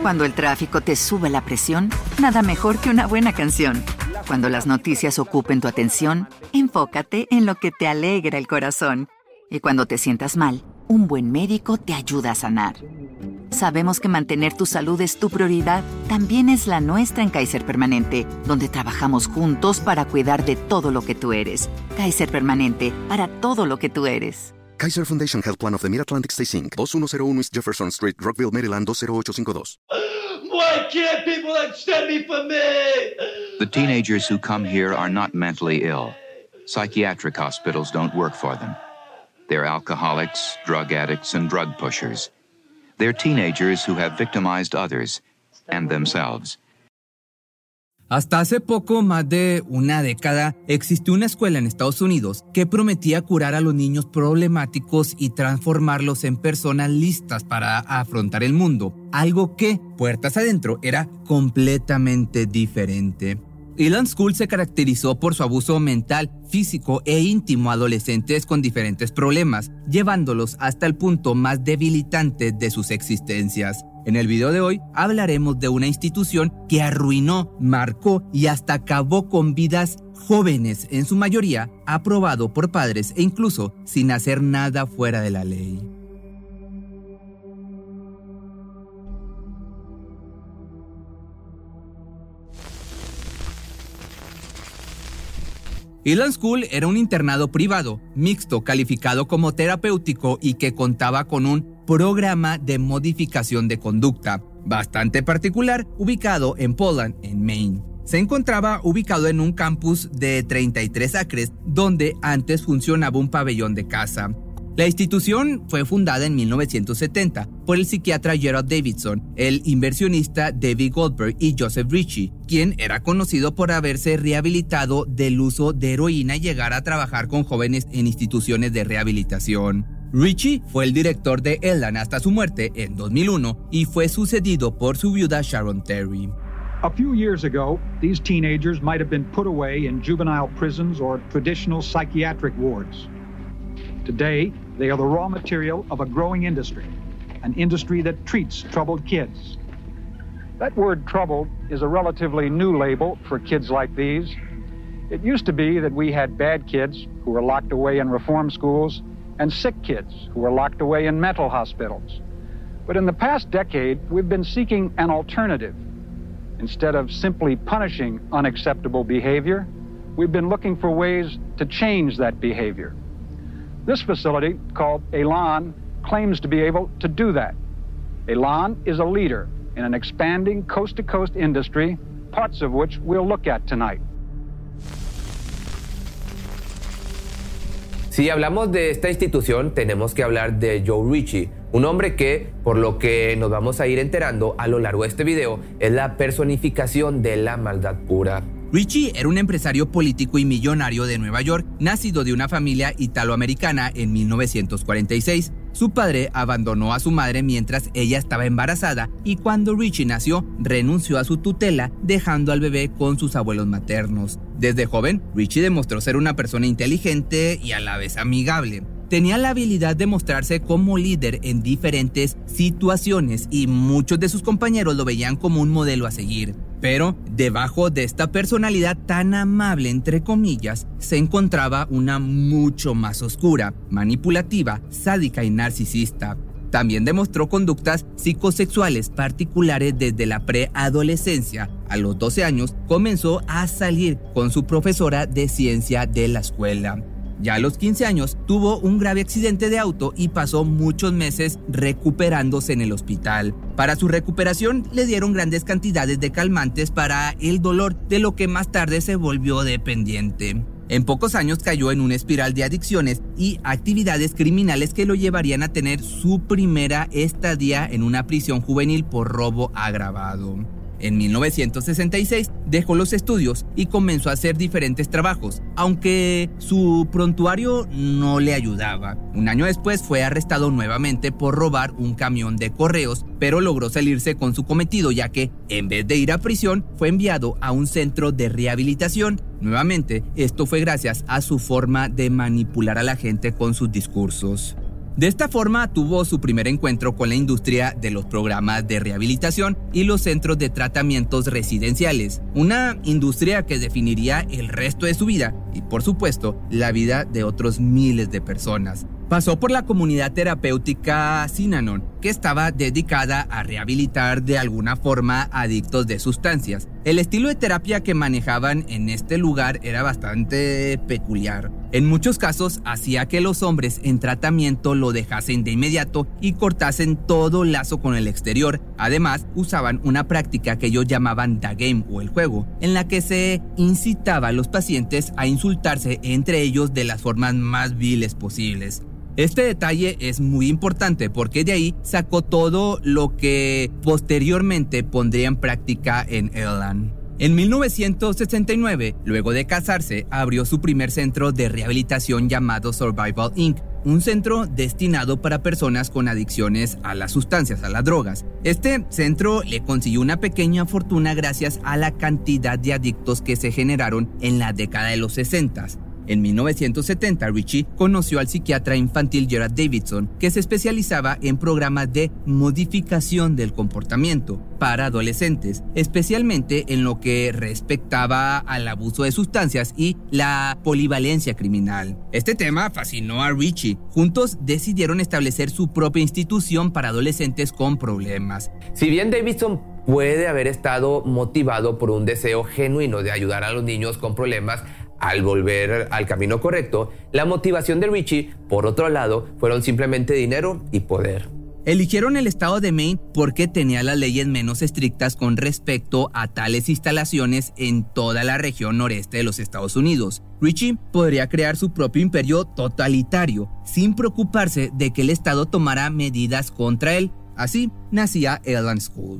Cuando el tráfico te sube la presión, nada mejor que una buena canción. Cuando las noticias ocupen tu atención, enfócate en lo que te alegra el corazón. Y cuando te sientas mal, un buen médico te ayuda a sanar. Sabemos que mantener tu salud es tu prioridad. También es la nuestra en Kaiser Permanente, donde trabajamos juntos para cuidar de todo lo que tú eres. Kaiser Permanente, para todo lo que tú eres. Kaiser Foundation Health Plan of the Mid-Atlantic Stay Inc. 2101 East Jefferson Street, Rockville, Maryland 20852. Why can't people extend me for me? The teenagers who come here are not mentally ill. Psychiatric hospitals don't work for them. They're alcoholics, drug addicts, and drug pushers. They're teenagers who have victimized others and themselves. Hasta hace poco, más de una década, existió una escuela en Estados Unidos que prometía curar a los niños problemáticos y transformarlos en personas listas para afrontar el mundo, algo que, puertas adentro, era completamente diferente. Elan School se caracterizó por su abuso mental, físico e íntimo a adolescentes con diferentes problemas, llevándolos hasta el punto más debilitante de sus existencias. En el video de hoy hablaremos de una institución que arruinó, marcó y hasta acabó con vidas jóvenes, en su mayoría aprobado por padres e incluso sin hacer nada fuera de la ley. Elan School era un internado privado, mixto, calificado como terapéutico y que contaba con un programa de modificación de conducta, bastante particular, ubicado en Poland, en Maine. Se encontraba ubicado en un campus de 33 acres, donde antes funcionaba un pabellón de caza. La institución fue fundada en 1970 por el psiquiatra Gerald Davidson, el inversionista David Goldberg y Joseph Ritchie, quien era conocido por haberse rehabilitado del uso de heroína y llegar a trabajar con jóvenes en instituciones de rehabilitación. Ritchie fue el director de Elan hasta su muerte en 2001 y fue sucedido por su viuda Sharon Terry. A few years ago, these teenagers might have been put away in juvenile prisons or traditional psychiatric wards. Today, they are the raw material of a growing industry, an industry that treats troubled kids. That word troubled is a relatively new label for kids like these. It used to be that we had bad kids who were locked away in reform schools and sick kids who were locked away in mental hospitals. But in the past decade, we've been seeking an alternative. Instead of simply punishing unacceptable behavior, we've been looking for ways to change that behavior. This facility, called Elan, claims to be able to do that. Elan is a leader in an expanding coast-to-coast industry, parts of which we'll look at tonight. Si hablamos de esta institución, tenemos que hablar de Joe Ritchie, un hombre que, por lo que nos vamos a ir enterando a lo largo de este video, es la personificación de la maldad pura. Ritchie era un empresario político y millonario de Nueva York, nacido de una familia italoamericana en 1946. Su padre abandonó a su madre mientras ella estaba embarazada y cuando Ritchie nació, renunció a su tutela, dejando al bebé con sus abuelos maternos. Desde joven, Ritchie demostró ser una persona inteligente y a la vez amigable. Tenía la habilidad de mostrarse como líder en diferentes situaciones y muchos de sus compañeros lo veían como un modelo a seguir. Pero debajo de esta personalidad tan amable, entre comillas, se encontraba una mucho más oscura, manipulativa, sádica y narcisista. También demostró conductas psicosexuales particulares desde la preadolescencia. A los 12 años comenzó a salir con su profesora de ciencia de la escuela. Ya a los 15 años tuvo un grave accidente de auto y pasó muchos meses recuperándose en el hospital. Para su recuperación le dieron grandes cantidades de calmantes para el dolor, de lo que más tarde se volvió dependiente. En pocos años cayó en una espiral de adicciones y actividades criminales que lo llevarían a tener su primera estadía en una prisión juvenil por robo agravado. En 1966 dejó los estudios y comenzó a hacer diferentes trabajos, aunque su prontuario no le ayudaba. Un año después fue arrestado nuevamente por robar un camión de correos, pero logró salirse con su cometido, ya que en vez de ir a prisión fue enviado a un centro de rehabilitación. Nuevamente, esto fue gracias a su forma de manipular a la gente con sus discursos. De esta forma tuvo su primer encuentro con la industria de los programas de rehabilitación y los centros de tratamientos residenciales, una industria que definiría el resto de su vida y, por supuesto, la vida de otros miles de personas. Pasó por la comunidad terapéutica Synanon, que estaba dedicada a rehabilitar de alguna forma adictos de sustancias. El estilo de terapia que manejaban en este lugar era bastante peculiar. En muchos casos hacía que los hombres en tratamiento lo dejasen de inmediato y cortasen todo lazo con el exterior. Además, usaban una práctica que ellos llamaban The Game o el juego, en la que se incitaba a los pacientes a insultarse entre ellos de las formas más viles posibles. Este detalle es muy importante porque de ahí sacó todo lo que posteriormente pondría en práctica en Ireland. En 1969, luego de casarse, abrió su primer centro de rehabilitación llamado Survival Inc., un centro destinado para personas con adicciones a las sustancias, a las drogas. Este centro le consiguió una pequeña fortuna gracias a la cantidad de adictos que se generaron en la década de los 60. En 1970, Richie conoció al psiquiatra infantil Gerard Davidson, que se especializaba en programas de modificación del comportamiento para adolescentes, especialmente en lo que respectaba al abuso de sustancias y la polivalencia criminal. Este tema fascinó a Richie. Juntos decidieron establecer su propia institución para adolescentes con problemas. Si bien Davidson puede haber estado motivado por un deseo genuino de ayudar a los niños con problemas, al volver al camino correcto, la motivación de Richie, por otro lado, fueron simplemente dinero y poder. Eligieron el estado de Maine porque tenía las leyes menos estrictas con respecto a tales instalaciones en toda la región noreste de los Estados Unidos. Richie podría crear su propio imperio totalitario sin preocuparse de que el estado tomara medidas contra él. Así nacía Elan School.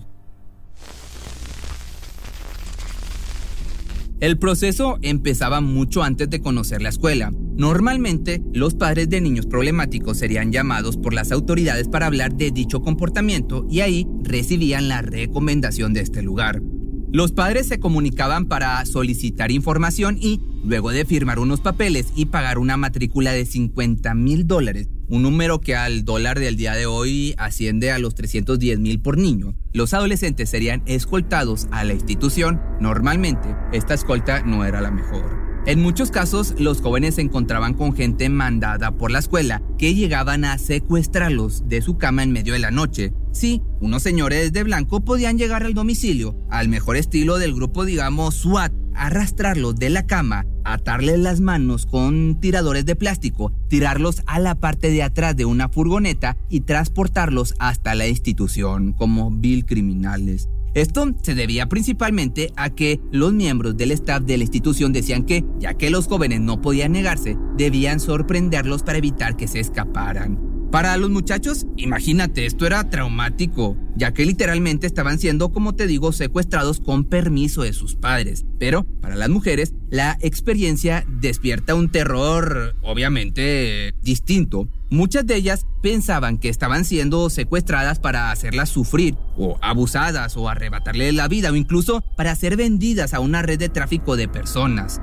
El proceso empezaba mucho antes de conocer la escuela. Normalmente, los padres de niños problemáticos serían llamados por las autoridades para hablar de dicho comportamiento y ahí recibían la recomendación de este lugar. Los padres se comunicaban para solicitar información y, luego de firmar unos papeles y pagar una matrícula de $50,000, un número que al dólar del día de hoy asciende a los $310,000 por niño, los adolescentes serían escoltados a la institución. Normalmente, esta escolta no era la mejor. En muchos casos, los jóvenes se encontraban con gente mandada por la escuela que llegaban a secuestrarlos de su cama en medio de la noche. Sí, unos señores de blanco podían llegar al domicilio, al mejor estilo del grupo, digamos, SWAT, arrastrarlos de la cama, atarles las manos con tiradores de plástico, tirarlos a la parte de atrás de una furgoneta y transportarlos hasta la institución como vil criminales. Esto se debía principalmente a que los miembros del staff de la institución decían que, ya que los jóvenes no podían negarse, debían sorprenderlos para evitar que se escaparan. Para los muchachos, imagínate, esto era traumático, ya que literalmente estaban siendo, como te digo, secuestrados con permiso de sus padres. Pero para las mujeres, la experiencia despierta un terror, obviamente, distinto. Muchas de ellas pensaban que estaban siendo secuestradas para hacerlas sufrir, o abusadas, o arrebatarles la vida, o incluso para ser vendidas a una red de tráfico de personas.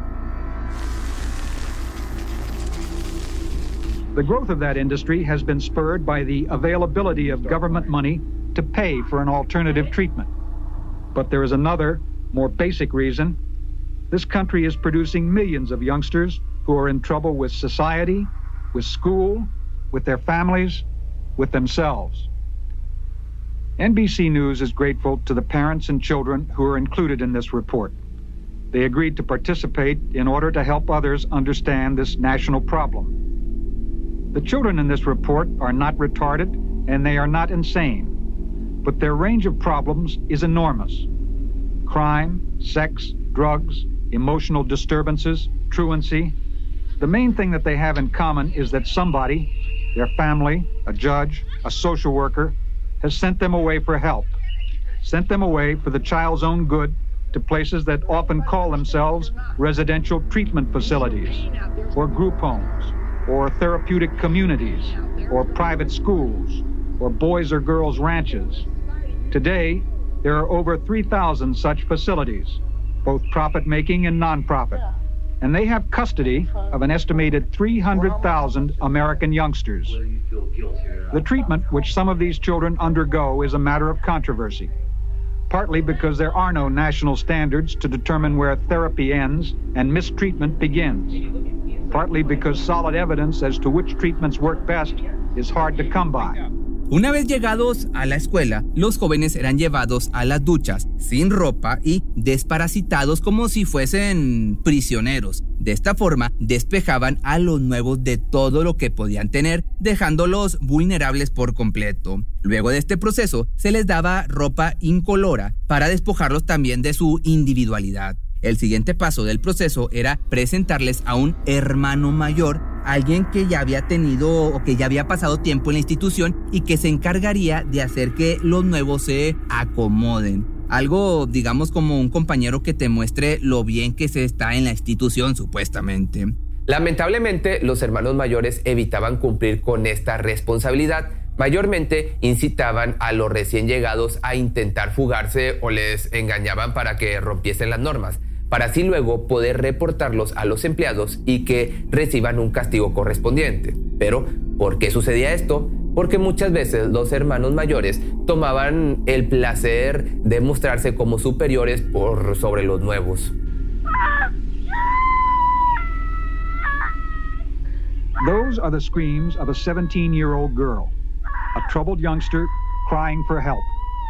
The growth of that industry has been spurred by the availability of government money to pay for an alternative treatment. But there is another, more basic reason. This country is producing millions of youngsters who are in trouble with society, with school, with their families, with themselves. NBC News is grateful to the parents and children who are included in this report. They agreed to participate in order to help others understand this national problem. The children in this report are not retarded and they are not insane, but their range of problems is enormous. Crime, sex, drugs, emotional disturbances, truancy. The main thing that they have in common is that somebody, their family, a judge, a social worker, has sent them away for help, sent them away for the child's own good to places that often call themselves residential treatment facilities, or group homes, or therapeutic communities, or private schools, or boys or girls ranches. Today, there are over 3,000 such facilities, both profit-making and non-profit, and they have custody of an estimated 300,000 American youngsters. The treatment which some of these children undergo is a matter of controversy, partly because there are no national standards to determine where therapy ends and mistreatment begins, partly because solid evidence as to which treatments work best is hard to come by. Una vez llegados a la escuela, los jóvenes eran llevados a las duchas sin ropa y desparasitados como si fuesen prisioneros. De esta forma, despejaban a los nuevos de todo lo que podían tener, dejándolos vulnerables por completo. Luego de este proceso, se les daba ropa incolora para despojarlos también de su individualidad. El siguiente paso del proceso era presentarles a un hermano mayor, alguien que ya había tenido o que ya había pasado tiempo en la institución y que se encargaría de hacer que los nuevos se acomoden. Algo, digamos, como un compañero que te muestre lo bien que se está en la institución, supuestamente. Lamentablemente, los hermanos mayores evitaban cumplir con esta responsabilidad. Mayormente incitaban a los recién llegados a intentar fugarse o les engañaban para que rompiesen las normas, para así luego poder reportarlos a los empleados y que reciban un castigo correspondiente. Pero, ¿por qué sucedía esto? Porque muchas veces los hermanos mayores tomaban el placer de mostrarse como superiores por sobre los nuevos. Those are the screams of a 17-year-old girl, a troubled youngster crying for help.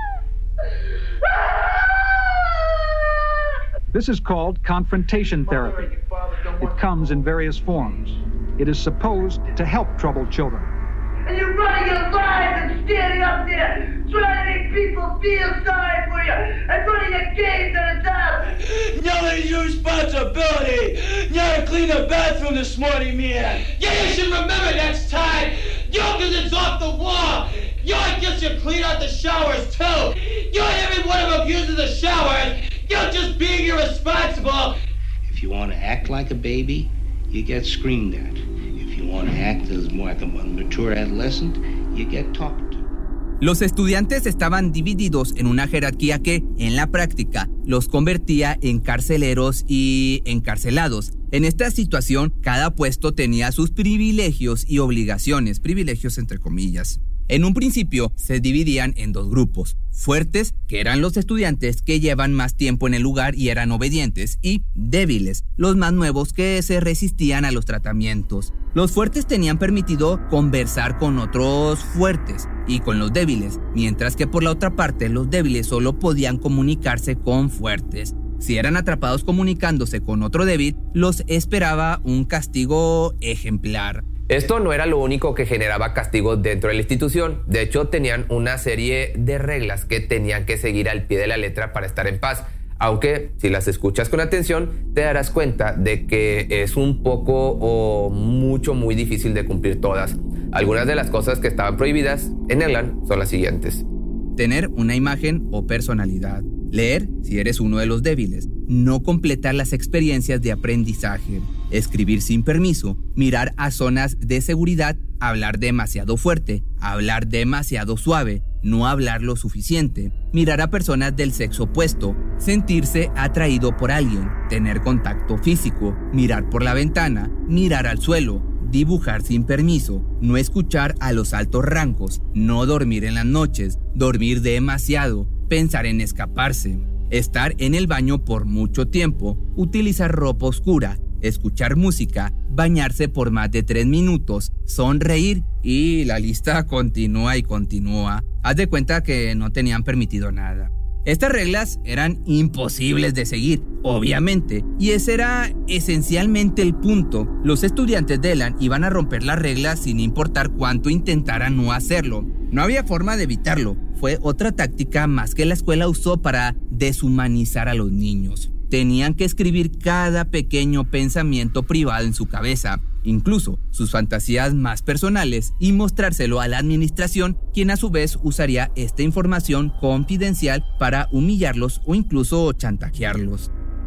This is called confrontation therapy. It comes in various forms. It is supposed to help troubled children. And you're running your lives and standing up there trying to make people feel sorry for you and running your games on a job. Yelling your responsibility. You had to clean the bathroom this morning, man. Yeah, you should remember next time. Youngers is off the wall. You guess you clean out the showers too. You and every one of them uses the showers. You're just being irresponsible. If you want to act like a baby, you get screamed at. If you want to act as more like a mature adolescent, you get talked to. Los estudiantes estaban divididos en una jerarquía que, en la práctica, los convertía en carceleros y encarcelados. En esta situación, cada puesto tenía sus privilegios y obligaciones, privilegios entre comillas. En un principio se dividían en dos grupos: fuertes, que eran los estudiantes que llevan más tiempo en el lugar y eran obedientes, y débiles, los más nuevos que se resistían a los tratamientos. Los fuertes tenían permitido conversar con otros fuertes y con los débiles, mientras que por la otra parte los débiles solo podían comunicarse con fuertes. Si eran atrapados comunicándose con otro débil, los esperaba un castigo ejemplar. Esto no era lo único que generaba castigos dentro de la institución. De hecho, tenían una serie de reglas que tenían que seguir al pie de la letra para estar en paz. Aunque, si las escuchas con atención, te darás cuenta de que es un poco o mucho muy difícil de cumplir todas. Algunas de las cosas que estaban prohibidas en Erland son las siguientes: tener una imagen o personalidad, leer si eres uno de los débiles, no completar las experiencias de aprendizaje, escribir sin permiso, mirar a zonas de seguridad, hablar demasiado fuerte, hablar demasiado suave, no hablar lo suficiente, mirar a personas del sexo opuesto, sentirse atraído por alguien, tener contacto físico, mirar por la ventana, mirar al suelo, dibujar sin permiso, no escuchar a los altos rangos, no dormir en las noches, dormir demasiado, pensar en escaparse, estar en el baño por mucho tiempo, utilizar ropa oscura, escuchar música, bañarse por más de 3 minutos, sonreír, y la lista continúa y continúa. Haz de cuenta que no tenían permitido nada. Estas reglas eran imposibles de seguir, obviamente, y ese era esencialmente el punto. Los estudiantes de Erland iban a romper las reglas sin importar cuánto intentaran no hacerlo. No había forma de evitarlo. Fue otra táctica más que la escuela usó para deshumanizar a los niños. Tenían que escribir cada pequeño pensamiento privado en su cabeza, incluso sus fantasías más personales, y mostrárselo a la administración, quien a su vez usaría esta información confidencial para humillarlos o incluso chantajearlos.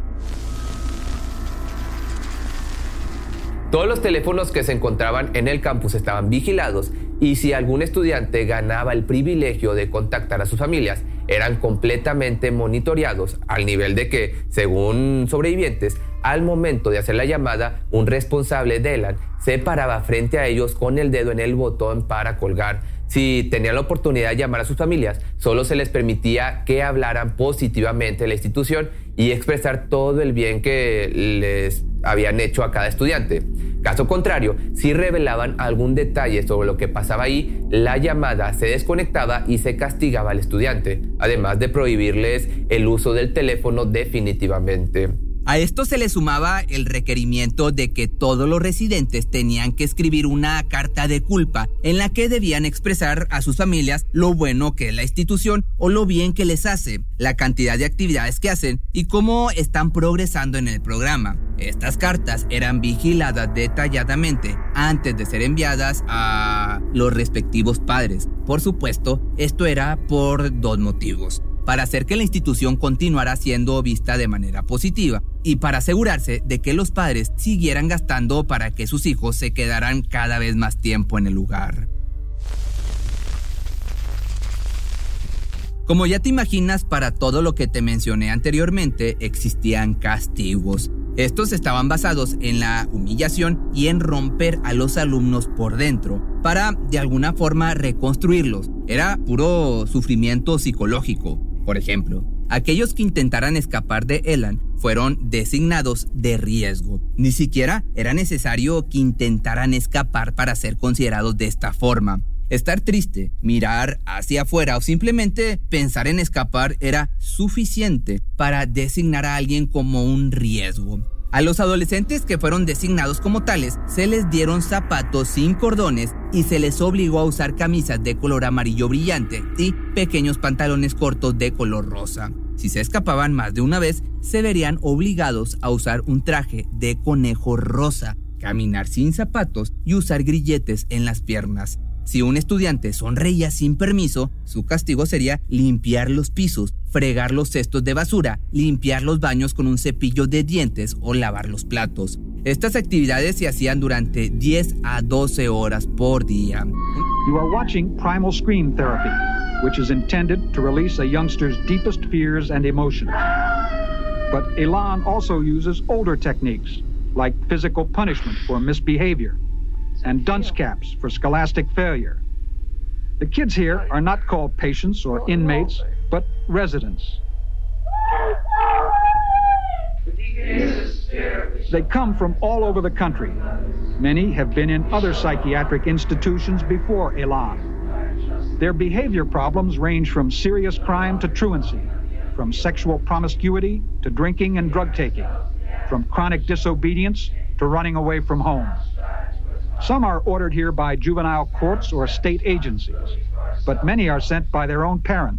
Todos los teléfonos que se encontraban en el campus estaban vigilados, y si algún estudiante ganaba el privilegio de contactar a sus familias, eran completamente monitoreados, al nivel de que, según sobrevivientes, al momento de hacer la llamada, un responsable de Elan se paraba frente a ellos con el dedo en el botón para colgar. Si tenían la oportunidad de llamar a sus familias, solo se les permitía que hablaran positivamente de la institución y expresar todo el bien que les habían hecho a cada estudiante. Caso contrario, si revelaban algún detalle sobre lo que pasaba ahí, la llamada se desconectaba y se castigaba al estudiante, además de prohibirles el uso del teléfono definitivamente. A esto se le sumaba el requerimiento de que todos los residentes tenían que escribir una carta de culpa en la que debían expresar a sus familias lo bueno que es la institución o lo bien que les hace, la cantidad de actividades que hacen y cómo están progresando en el programa. Estas cartas eran vigiladas detalladamente antes de ser enviadas a los respectivos padres. Por supuesto, esto era por dos motivos: para hacer que la institución continuara siendo vista de manera positiva y para asegurarse de que los padres siguieran gastando para que sus hijos se quedaran cada vez más tiempo en el lugar. Como ya te imaginas, para todo lo que te mencioné anteriormente, existían castigos. Estos estaban basados en la humillación y en romper a los alumnos por dentro, para de alguna forma reconstruirlos. Era puro sufrimiento psicológico. Por ejemplo, aquellos que intentaran escapar de Elan fueron designados de riesgo. Ni siquiera era necesario que intentaran escapar para ser considerados de esta forma. Estar triste, mirar hacia afuera o simplemente pensar en escapar era suficiente para designar a alguien como un riesgo. A los adolescentes que fueron designados como tales, se les dieron zapatos sin cordones y se les obligó a usar camisas de color amarillo brillante y pequeños pantalones cortos de color rosa. Si se escapaban más de una vez, se verían obligados a usar un traje de conejo rosa, caminar sin zapatos y usar grilletes en las piernas. Si un estudiante sonreía sin permiso, su castigo sería limpiar los pisos, fregar los cestos de basura, limpiar los baños con un cepillo de dientes o lavar los platos. Estas actividades se hacían durante 10 a 12 horas por día. You are watching Primal Scream Therapy, which is intended to release a youngster's deepest fears and emotions. But Elan also uses older techniques, like physical punishment for misbehavior and dunce caps for scholastic failure. The kids here are not called patients or inmates, but residents. They come from all over the country. Many have been in other psychiatric institutions before Elan. Their behavior problems range from serious crime to truancy, from sexual promiscuity to drinking and drug taking, from chronic disobedience to running away from home. Some are ordered here by juvenile courts or state agencies, but many are sent by their own parents.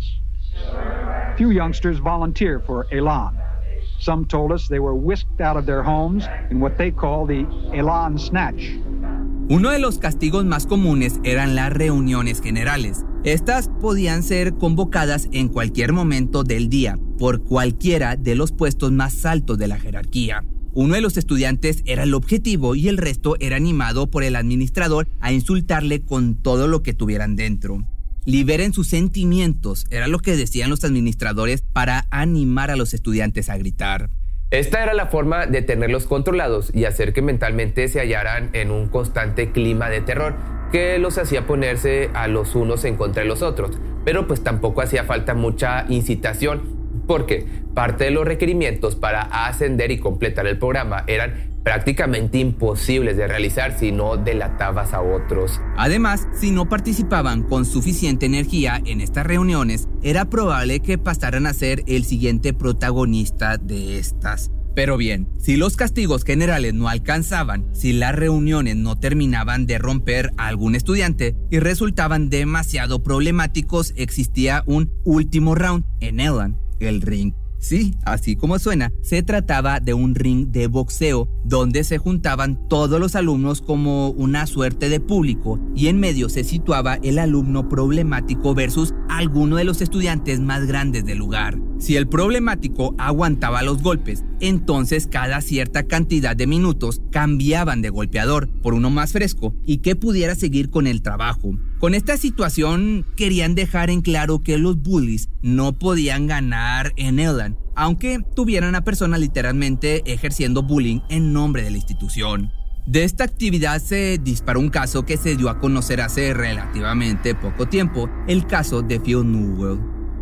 Few youngsters volunteer for Elan. Some told us they were whisked out of their homes in what they call the Elan Snatch. Uno de los castigos más comunes eran las reuniones generales. Estas podían ser convocadas en cualquier momento del día, por cualquiera de los puestos más altos de la jerarquía. Uno de los estudiantes era el objetivo y el resto era animado por el administrador a insultarle con todo lo que tuvieran dentro. Liberen sus sentimientos, era lo que decían los administradores para animar a los estudiantes a gritar. Esta era la forma de tenerlos controlados y hacer que mentalmente se hallaran en un constante clima de terror que los hacía ponerse a los unos en contra de los otros. Pero pues tampoco hacía falta mucha incitación, porque parte de los requerimientos para ascender y completar el programa eran prácticamente imposibles de realizar si no delatabas a otros. Además, si no participaban con suficiente energía en estas reuniones, era probable que pasaran a ser el siguiente protagonista de estas. Pero bien, si los castigos generales no alcanzaban, si las reuniones no terminaban de romper a algún estudiante y resultaban demasiado problemáticos, existía un último round en Elan, el ring. Sí, así como suena, se trataba de un ring de boxeo donde se juntaban todos los alumnos como una suerte de público y en medio se situaba el alumno problemático versus alguno de los estudiantes más grandes del lugar. Si el problemático aguantaba los golpes, entonces cada cierta cantidad de minutos cambiaban de golpeador por uno más fresco y que pudiera seguir con el trabajo. Con esta situación querían dejar en claro que los bullies no podían ganar en Elan, aunque tuvieran a personas literalmente ejerciendo bullying en nombre de la institución. De esta actividad se disparó un caso que se dio a conocer hace relativamente poco tiempo, el caso de Phil Newell.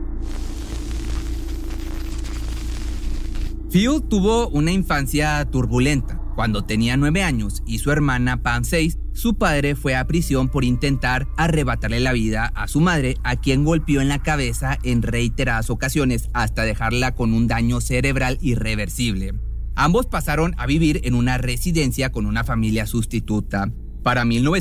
Phil tuvo una infancia turbulenta. Cuando tenía 9 años y su hermana Pam 6, su padre fue a prisión por intentar arrebatarle la vida a su madre, a quien golpeó en la cabeza en reiteradas ocasiones hasta dejarla con un daño cerebral irreversible. Ambos pasaron a vivir en una residencia con una familia sustituta. Para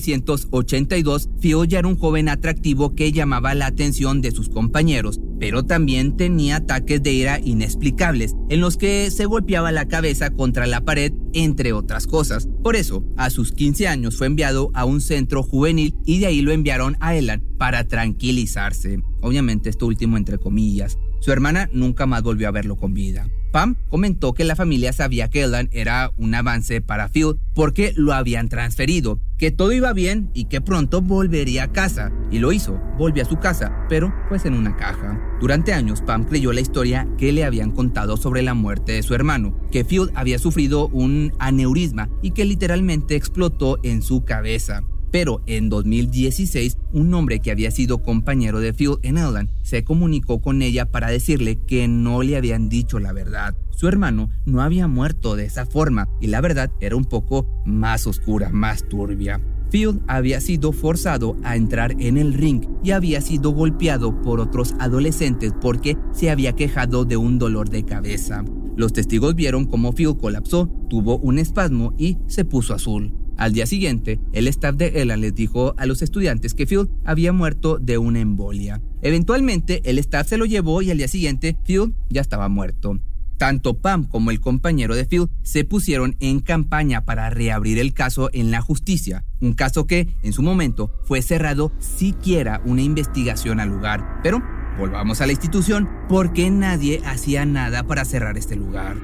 1982, Phil ya era un joven atractivo que llamaba la atención de sus compañeros, pero también tenía ataques de ira inexplicables, en los que se golpeaba la cabeza contra la pared, entre otras cosas. Por eso, a sus 15 años fue enviado a un centro juvenil y de ahí lo enviaron a Elland para tranquilizarse. Obviamente esto último entre comillas. Su hermana nunca más volvió a verlo con vida. Pam comentó que la familia sabía que Elland era un avance para Phil porque lo habían transferido, que todo iba bien y que pronto volvería a casa. Y lo hizo, volvió a su casa, pero pues en una caja. Durante años, Pam creyó la historia que le habían contado sobre la muerte de su hermano, que Phil había sufrido un aneurisma y que literalmente explotó en su cabeza. Pero en 2016, un hombre que había sido compañero de Phil en Elland se comunicó con ella para decirle que no le habían dicho la verdad. Su hermano no había muerto de esa forma y la verdad era un poco más oscura, más turbia. Phil había sido forzado a entrar en el ring y había sido golpeado por otros adolescentes porque se había quejado de un dolor de cabeza. Los testigos vieron cómo Phil colapsó, tuvo un espasmo y se puso azul. Al día siguiente, el staff de Elland les dijo a los estudiantes que Phil había muerto de una embolia. Eventualmente, el staff se lo llevó y al día siguiente, Phil ya estaba muerto. Tanto Pam como el compañero de Phil se pusieron en campaña para reabrir el caso en la justicia, un caso que, en su momento, fue cerrado siquiera una investigación al lugar. Pero volvamos a la institución, porque nadie hacía nada para cerrar este lugar.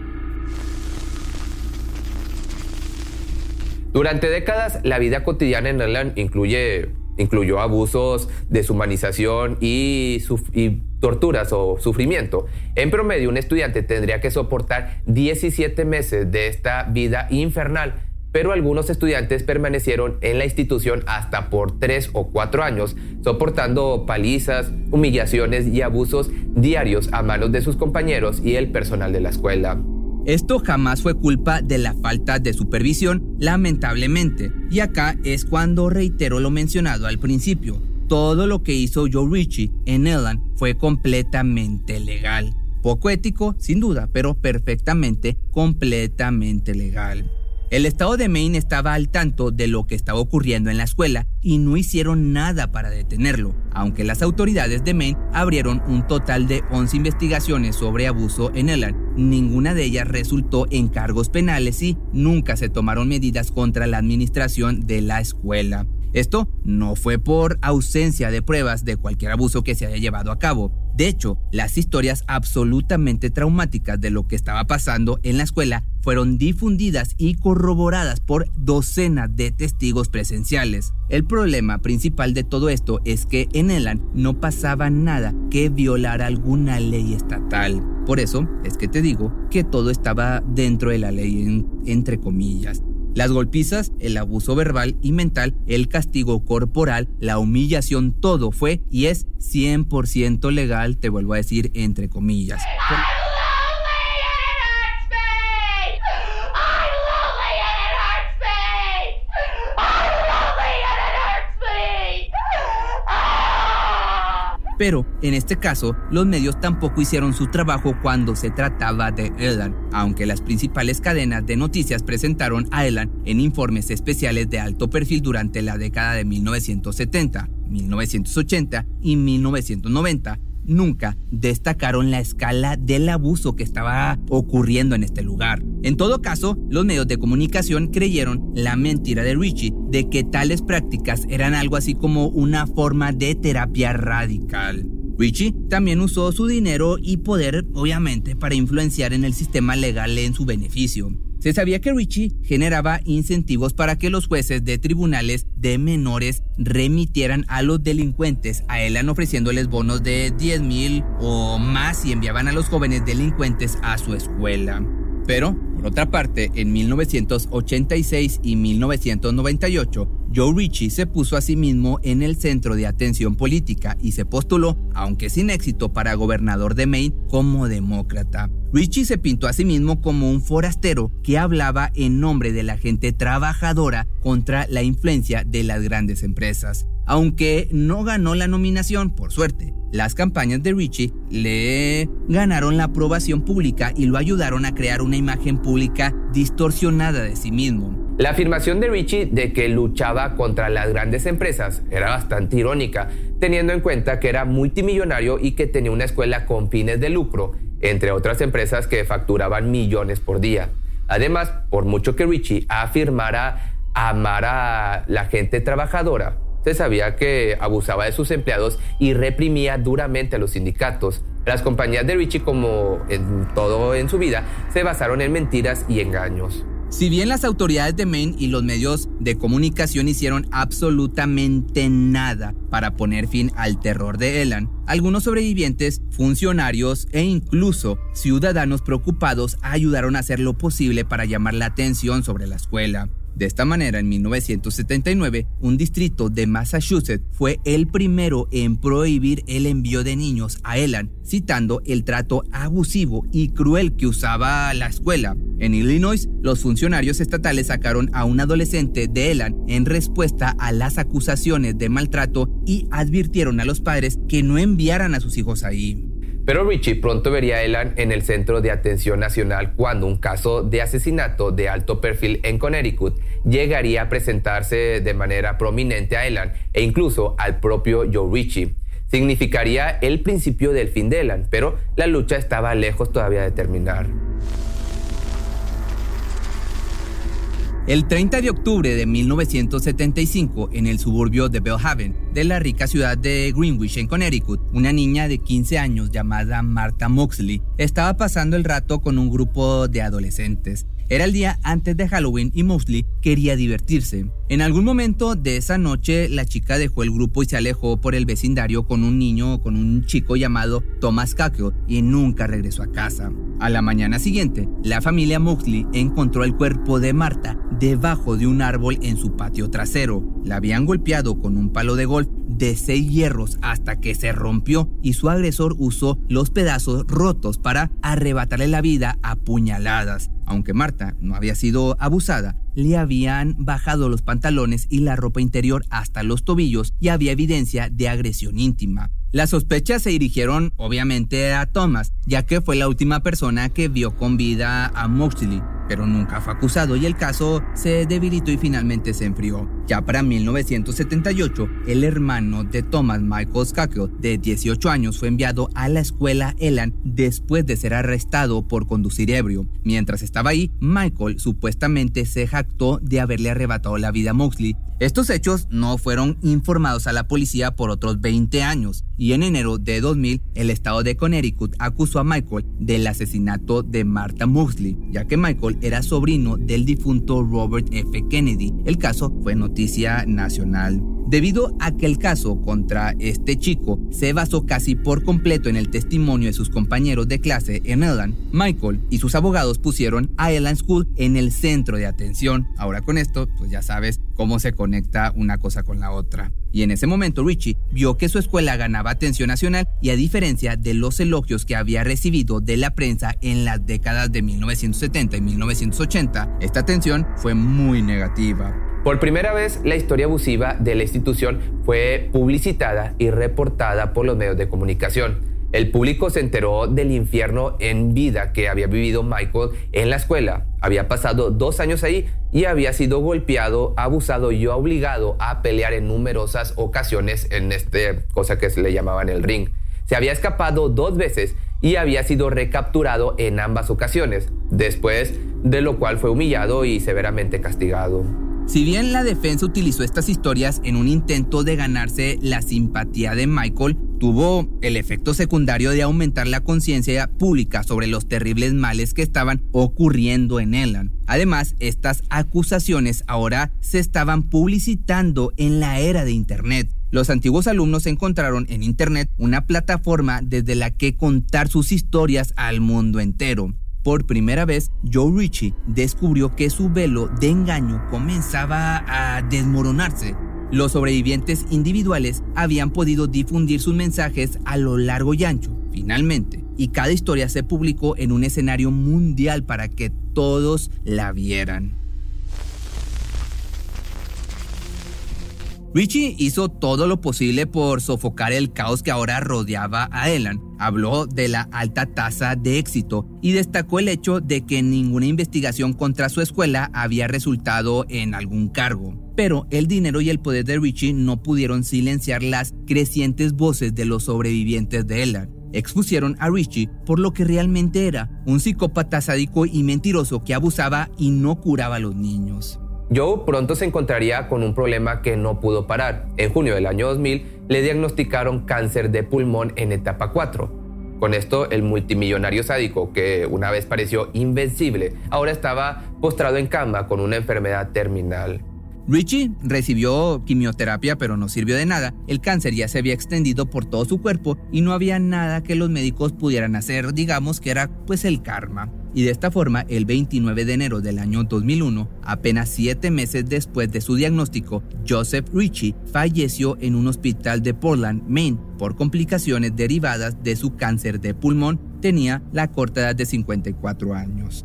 Durante décadas, la vida cotidiana en Elland incluyó abusos, deshumanización y torturas o sufrimiento. En promedio, un estudiante tendría que soportar 17 meses de esta vida infernal, pero algunos estudiantes permanecieron en la institución hasta por 3 o 4 años, soportando palizas, humillaciones y abusos diarios a manos de sus compañeros y el personal de la escuela. Esto jamás fue culpa de la falta de supervisión, lamentablemente. Y acá es cuando reitero lo mencionado al principio. Todo lo que hizo Joe Ritchie en Elland fue completamente legal. Poco ético, sin duda, pero perfectamente, completamente legal. El estado de Maine estaba al tanto de lo que estaba ocurriendo en la escuela y no hicieron nada para detenerlo, aunque las autoridades de Maine abrieron un total de 11 investigaciones sobre abuso en Elland. Ninguna de ellas resultó en cargos penales y nunca se tomaron medidas contra la administración de la escuela. Esto no fue por ausencia de pruebas de cualquier abuso que se haya llevado a cabo. De hecho, las historias absolutamente traumáticas de lo que estaba pasando en la escuela fueron difundidas y corroboradas por docenas de testigos presenciales. El problema principal de todo esto es que en Elland no pasaba nada que violara alguna ley estatal. Por eso es que te digo que todo estaba dentro de la ley, entre comillas. Las golpizas, el abuso verbal y mental, el castigo corporal, la humillación, todo fue y es 100% legal, te vuelvo a decir entre comillas. Pero, en este caso, los medios tampoco hicieron su trabajo cuando se trataba de Elland, aunque las principales cadenas de noticias presentaron a Elland en informes especiales de alto perfil durante la década de 1970, 1980 y 1990. Nunca destacaron la escala del abuso que estaba ocurriendo en este lugar. En todo caso, los medios de comunicación creyeron la mentira de Ritchie de que tales prácticas eran algo así como una forma de terapia radical. Ritchie también usó su dinero y poder, obviamente, para influenciar en el sistema legal en su beneficio. Se sabía que Richie generaba incentivos para que los jueces de tribunales de menores remitieran a los delincuentes a Elan, ofreciéndoles bonos de 10,000 o más y enviaban a los jóvenes delincuentes a su escuela. Pero, por otra parte, en 1986 y 1998, Joe Ritchie se puso a sí mismo en el centro de atención política y se postuló, aunque sin éxito, para gobernador de Maine como demócrata. Ritchie se pintó a sí mismo como un forastero que hablaba en nombre de la gente trabajadora contra la influencia de las grandes empresas. Aunque no ganó la nominación, por suerte, las campañas de Ritchie le ganaron la aprobación pública y lo ayudaron a crear una imagen pública distorsionada de sí mismo. La afirmación de Ritchie de que luchaba contra las grandes empresas era bastante irónica, teniendo en cuenta que era multimillonario y que tenía una escuela con fines de lucro, entre otras empresas que facturaban millones por día. Además, por mucho que Ritchie afirmara amar a la gente trabajadora, se sabía que abusaba de sus empleados y reprimía duramente a los sindicatos. Las compañías de Ritchie, como en todo en su vida, se basaron en mentiras y engaños. Si bien las autoridades de Maine y los medios de comunicación hicieron absolutamente nada para poner fin al terror de Elan, algunos sobrevivientes, funcionarios e incluso ciudadanos preocupados ayudaron a hacer lo posible para llamar la atención sobre la escuela. De esta manera, en 1979, un distrito de Massachusetts fue el primero en prohibir el envío de niños a Elan, citando el trato abusivo y cruel que usaba la escuela. En Illinois, los funcionarios estatales sacaron a un adolescente de Elan en respuesta a las acusaciones de maltrato y advirtieron a los padres que no enviaran a sus hijos ahí. Pero Ritchie pronto vería a Elan en el centro de atención nacional cuando un caso de asesinato de alto perfil en Connecticut llegaría a presentarse de manera prominente a Elan e incluso al propio Joe Ritchie. Significaría el principio del fin de Elan, pero la lucha estaba lejos todavía de terminar. El 30 de octubre de 1975, en el suburbio de Belhaven, de la rica ciudad de Greenwich, en Connecticut, una niña de 15 años llamada Martha Moxley estaba pasando el rato con un grupo de adolescentes. Era el día antes de Halloween y Moxley quería divertirse. En algún momento de esa noche, la chica dejó el grupo y se alejó por el vecindario con un chico llamado Thomas Cackle y nunca regresó a casa. A la mañana siguiente, la familia Moxley encontró el cuerpo de Martha debajo de un árbol en su patio trasero. La habían golpeado con un palo de golf de 6 hierros hasta que se rompió y su agresor usó los pedazos rotos para arrebatarle la vida a puñaladas. Aunque Martha no había sido abusada, le habían bajado los pantalones y la ropa interior hasta los tobillos y había evidencia de agresión íntima. Las sospechas se dirigieron obviamente a Thomas, ya que fue la última persona que vio con vida a Moxley, pero nunca fue acusado y el caso se debilitó y finalmente se enfrió. Ya para 1978, el hermano de Thomas, Michael Cackle, de 18 años, fue enviado a la escuela Elan después de ser arrestado por conducir ebrio. Mientras estaba ahí, Michael supuestamente se jactó de haberle arrebatado la vida a Moxley. Estos hechos no fueron informados a la policía por otros 20 años y en enero de 2000 el estado de Connecticut acusó a Michael del asesinato de Martha Moxley, ya que Michael era sobrino del difunto Robert F. Kennedy. El caso fue noticia nacional. Debido a que el caso contra este chico se basó casi por completo en el testimonio de sus compañeros de clase en Elan, Michael y sus abogados pusieron a Elan School en el centro de atención. Ahora con esto, pues ya sabes cómo se conecta una cosa con la otra. Y en ese momento Ritchie vio que su escuela ganaba atención nacional y a diferencia de los elogios que había recibido de la prensa en las décadas de 1970 y 1980, esta atención fue muy negativa. Por primera vez, la historia abusiva de la institución fue publicitada y reportada por los medios de comunicación. El público se enteró del infierno en vida que había vivido Michael en la escuela. Había pasado 2 años ahí y había sido golpeado, abusado y obligado a pelear en numerosas ocasiones en cosa que se le llamaban el ring. Se había escapado 2 veces y había sido recapturado en ambas ocasiones, después de lo cual fue humillado y severamente castigado. Si bien la defensa utilizó estas historias en un intento de ganarse la simpatía de Michael, tuvo el efecto secundario de aumentar la conciencia pública sobre los terribles males que estaban ocurriendo en Elland. Además, estas acusaciones ahora se estaban publicitando en la era de Internet. Los antiguos alumnos encontraron en Internet una plataforma desde la que contar sus historias al mundo entero. Por primera vez, Joe Ritchie descubrió que su velo de engaño comenzaba a desmoronarse. Los sobrevivientes individuales habían podido difundir sus mensajes a lo largo y ancho, finalmente, y cada historia se publicó en un escenario mundial para que todos la vieran. Ritchie hizo todo lo posible por sofocar el caos que ahora rodeaba a Elland. Habló de la alta tasa de éxito y destacó el hecho de que ninguna investigación contra su escuela había resultado en algún cargo. Pero el dinero y el poder de Ritchie no pudieron silenciar las crecientes voces de los sobrevivientes de Elland. Expusieron a Ritchie por lo que realmente era, un psicópata sádico y mentiroso que abusaba y no curaba a los niños. Joe pronto se encontraría con un problema que no pudo parar. En junio del año 2000 le diagnosticaron cáncer de pulmón en etapa 4. Con esto, el multimillonario sádico, que una vez pareció invencible, ahora estaba postrado en cama con una enfermedad terminal. Ritchie recibió quimioterapia, pero no sirvió de nada. El cáncer ya se había extendido por todo su cuerpo y no había nada que los médicos pudieran hacer, digamos que era pues el karma. Y de esta forma, el 29 de enero del año 2001, apenas 7 meses después de su diagnóstico, Joseph Ritchie falleció en un hospital de Portland, Maine, por complicaciones derivadas de su cáncer de pulmón. Tenía la corta edad de 54 años.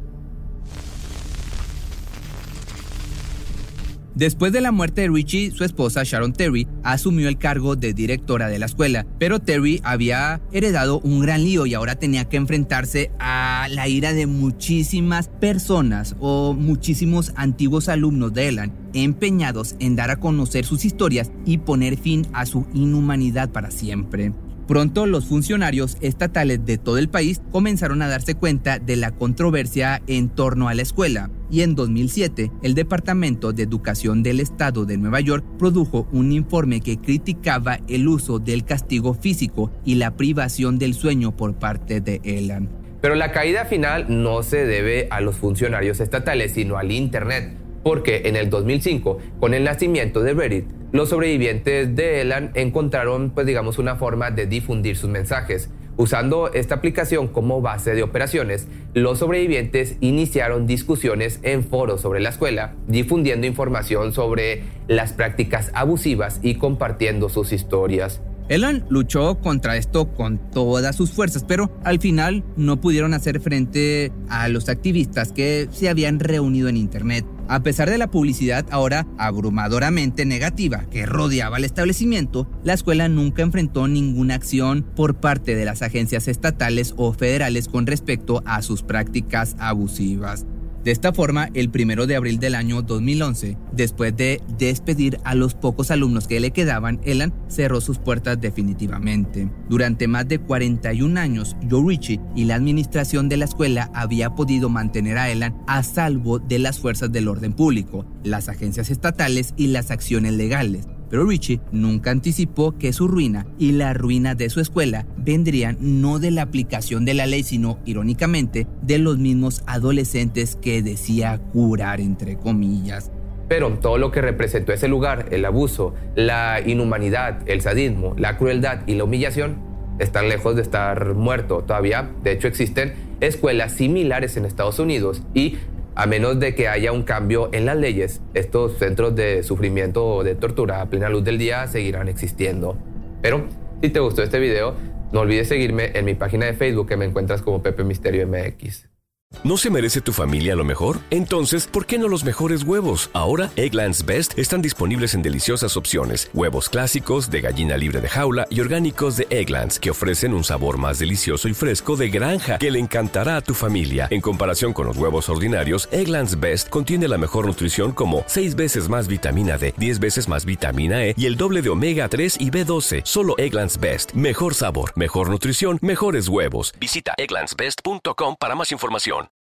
Después de la muerte de Ritchie, su esposa Sharon Terry asumió el cargo de directora de la escuela, pero Terry había heredado un gran lío y ahora tenía que enfrentarse a la ira de muchísimas personas o muchísimos antiguos alumnos de Elland, empeñados en dar a conocer sus historias y poner fin a su inhumanidad para siempre. Pronto los funcionarios estatales de todo el país comenzaron a darse cuenta de la controversia en torno a la escuela y en 2007 el Departamento de Educación del Estado de Nueva York produjo un informe que criticaba el uso del castigo físico y la privación del sueño por parte de Elland. Pero la caída final no se debe a los funcionarios estatales sino al Internet, porque en el 2005, con el nacimiento de Reddit, los sobrevivientes de Elland encontraron, una forma de difundir sus mensajes. Usando esta aplicación como base de operaciones, los sobrevivientes iniciaron discusiones en foros sobre la escuela, difundiendo información sobre las prácticas abusivas y compartiendo sus historias. Elland luchó contra esto con todas sus fuerzas, pero al final no pudieron hacer frente a los activistas que se habían reunido en Internet. A pesar de la publicidad ahora abrumadoramente negativa que rodeaba el establecimiento, la escuela nunca enfrentó ninguna acción por parte de las agencias estatales o federales con respecto a sus prácticas abusivas. De esta forma, el 1 de abril del año 2011, después de despedir a los pocos alumnos que le quedaban, Elland cerró sus puertas definitivamente. Durante más de 41 años, Joe Ritchie y la administración de la escuela había podido mantener a Elland a salvo de las fuerzas del orden público, las agencias estatales y las acciones legales. Pero Ritchie nunca anticipó que su ruina y la ruina de su escuela vendrían no de la aplicación de la ley, sino, irónicamente, de los mismos adolescentes que decía curar, entre comillas. Pero todo lo que representó ese lugar, el abuso, la inhumanidad, el sadismo, la crueldad y la humillación, están lejos de estar muerto. Todavía, de hecho, existen escuelas similares en Estados Unidos y a menos de que haya un cambio en las leyes, estos centros de sufrimiento o de tortura a plena luz del día seguirán existiendo. Pero si te gustó este video, no olvides seguirme en mi página de Facebook, que me encuentras como Pepe Misterio MX. ¿No se merece tu familia lo mejor? Entonces, ¿por qué no los mejores huevos? Ahora, Eggland's Best están disponibles en deliciosas opciones. Huevos clásicos, de gallina libre de jaula y orgánicos de Eggland's, que ofrecen un sabor más delicioso y fresco de granja que le encantará a tu familia. En comparación con los huevos ordinarios, Eggland's Best contiene la mejor nutrición como 6 veces más vitamina D, 10 veces más vitamina E y el doble de omega 3 y B12. Solo Eggland's Best. Mejor sabor, mejor nutrición, mejores huevos. Visita egglandsbest.com para más información.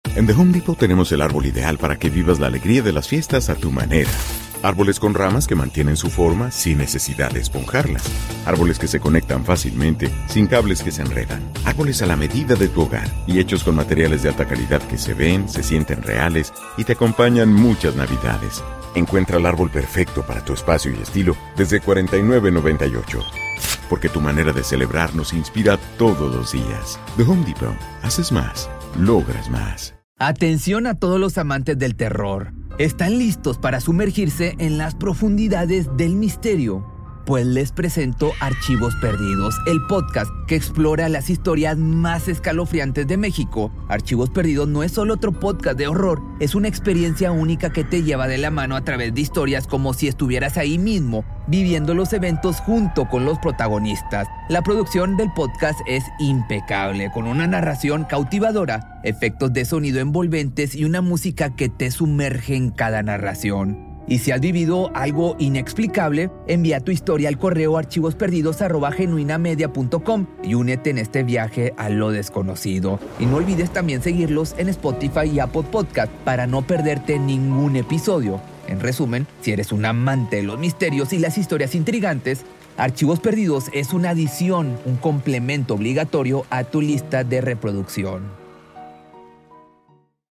En The Home Depot tenemos el árbol ideal para que vivas la alegría de las fiestas a tu manera. Árboles con ramas que mantienen su forma sin necesidad de esponjarlas. Árboles que se conectan fácilmente, sin cables que se enredan. Árboles a la medida de tu hogar y hechos con materiales de alta calidad que se ven, se sienten reales y te acompañan muchas navidades. Encuentra el árbol perfecto para tu espacio y estilo desde $49.98. Porque tu manera de celebrar nos inspira todos los días. The Home Depot. Haces más. Logras más. Atención a todos los amantes del terror. ¿Están listos para sumergirse en las profundidades del misterio? Pues les presento Archivos Perdidos, el podcast que explora las historias más escalofriantes de México. Archivos Perdidos no es solo otro podcast de horror, es una experiencia única que te lleva de la mano a través de historias como si estuvieras ahí mismo, viviendo los eventos junto con los protagonistas. La producción del podcast es impecable, con una narración cautivadora, efectos de sonido envolventes y una música que te sumerge en cada narración. Y si has vivido algo inexplicable, envía tu historia al correo archivosperdidos@genuinamedia.com y únete en este viaje a lo desconocido. Y no olvides también seguirlos en Spotify y Apple Podcast para no perderte ningún episodio. En resumen, si eres un amante de los misterios y las historias intrigantes, Archivos Perdidos es una adición, un complemento obligatorio a tu lista de reproducción.